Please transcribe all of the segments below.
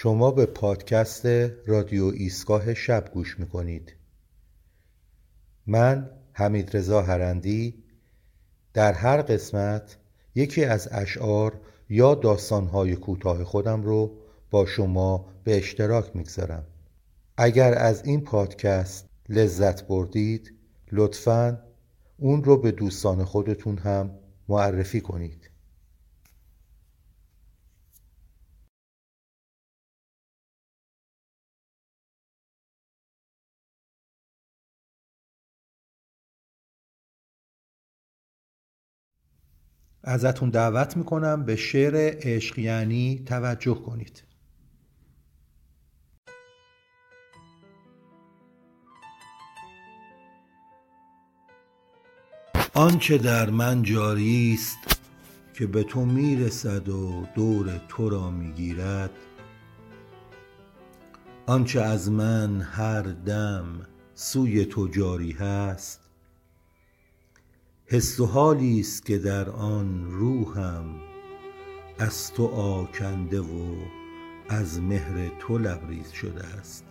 شما به پادکست رادیو ایستگاه شب گوش میکنید. من حمیدرضا هرندی در هر قسمت یکی از اشعار یا داستانهای کوتاه خودم رو با شما به اشتراک میگذارم. اگر از این پادکست لذت بردید لطفاً اون رو به دوستان خودتون هم معرفی کنید. ازتون دعوت میکنم به شعر عشق یعنی توجه کنید. آنچه در من جاری است که به تو میرسد و دور تو را میگیرد، آنچه از من هر دم سوی تو جاری هست، حس و حالی است که در آن روحم از تو آکنده و از مهر تو لبریز شده است.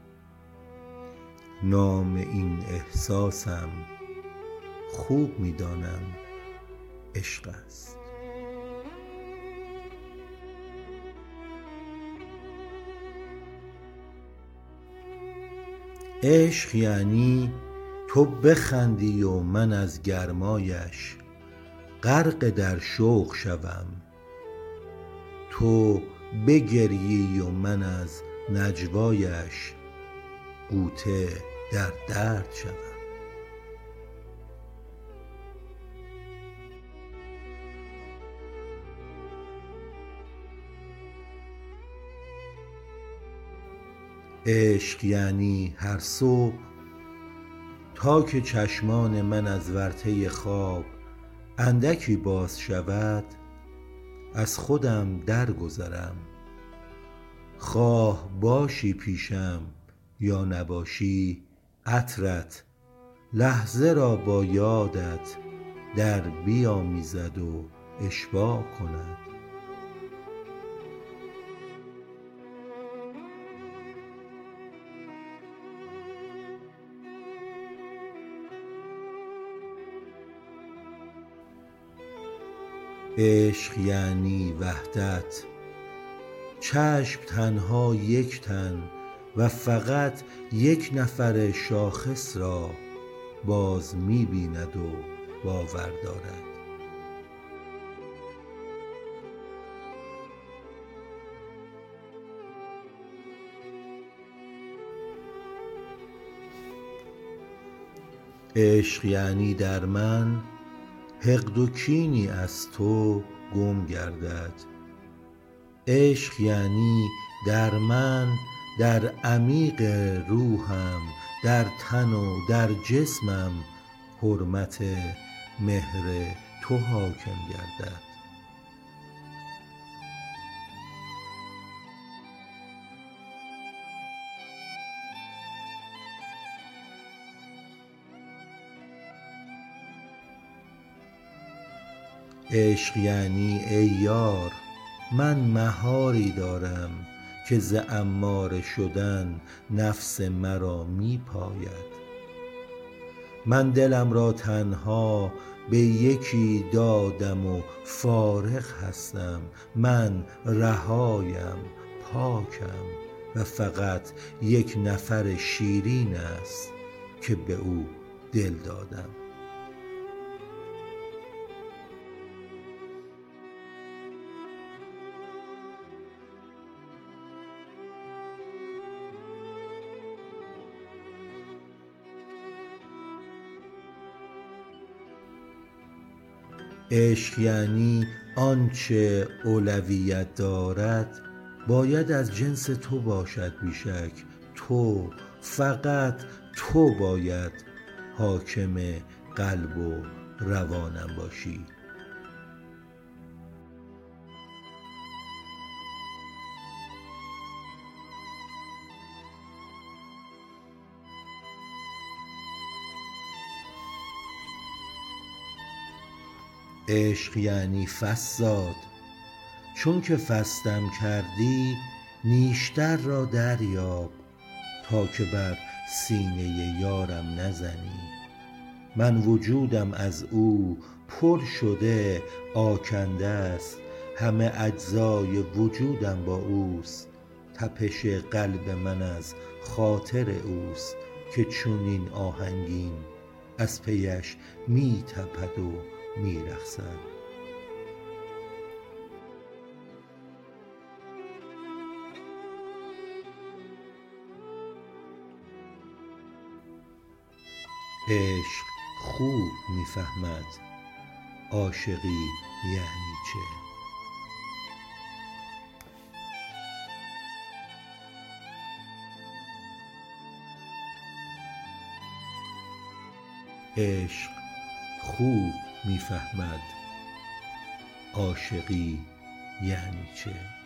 نام این احساسم خوب میدانم عشق است. عشق یعنی تو بخندی و من از گرمایش غرق در شوق شوم، تو بگریی و من از نجوایش غوطه در درد شوم. عشق یعنی هر صبح تا که چشمان من از ورطه خواب اندکی باز شود، از خودم درگذرم، خواه باشی پیشم یا نباشی، عطرت لحظه را با یادت در بیامیزد و اشباع کند. عشق یعنی وحدت، چشم تنها یک تن و فقط یک نفر شاخص را باز می‌بیند و باور دارد. عشق یعنی در من حقد و کینی از تو گم گردد. عشق یعنی در من در عمیق روحم، در تن و در جسمم حرمت مهر تو حاکم گردد. عشق یعنی ای یار من مهاری دارم که ز اماره شدن نفس مرا می پاید. من دلم را تنها به یکی دادم و فارغ هستم، من رهایم پاکم و فقط یک نفر شیرین است که به او دل دادم. عشق یعنی آنچه اولویت دارد باید از جنس تو باشد بیشک، تو فقط تو باید حاکم قلب و روانم باشی. عشق یعنی فصاد، چون که فستم کردی نیشتر را دریاب تا که بر سینه یارم نزنی. من وجودم از او پر شده آکنده است، همه اجزای وجودم با اوست. تپش قلب من از خاطر اوست که چنین آهنگین از پیش می تپد و می رقصد. عشق خوب میفهمد عاشقی یعنی چه. عشق خوب میفهمد عاشقی یعنی چه.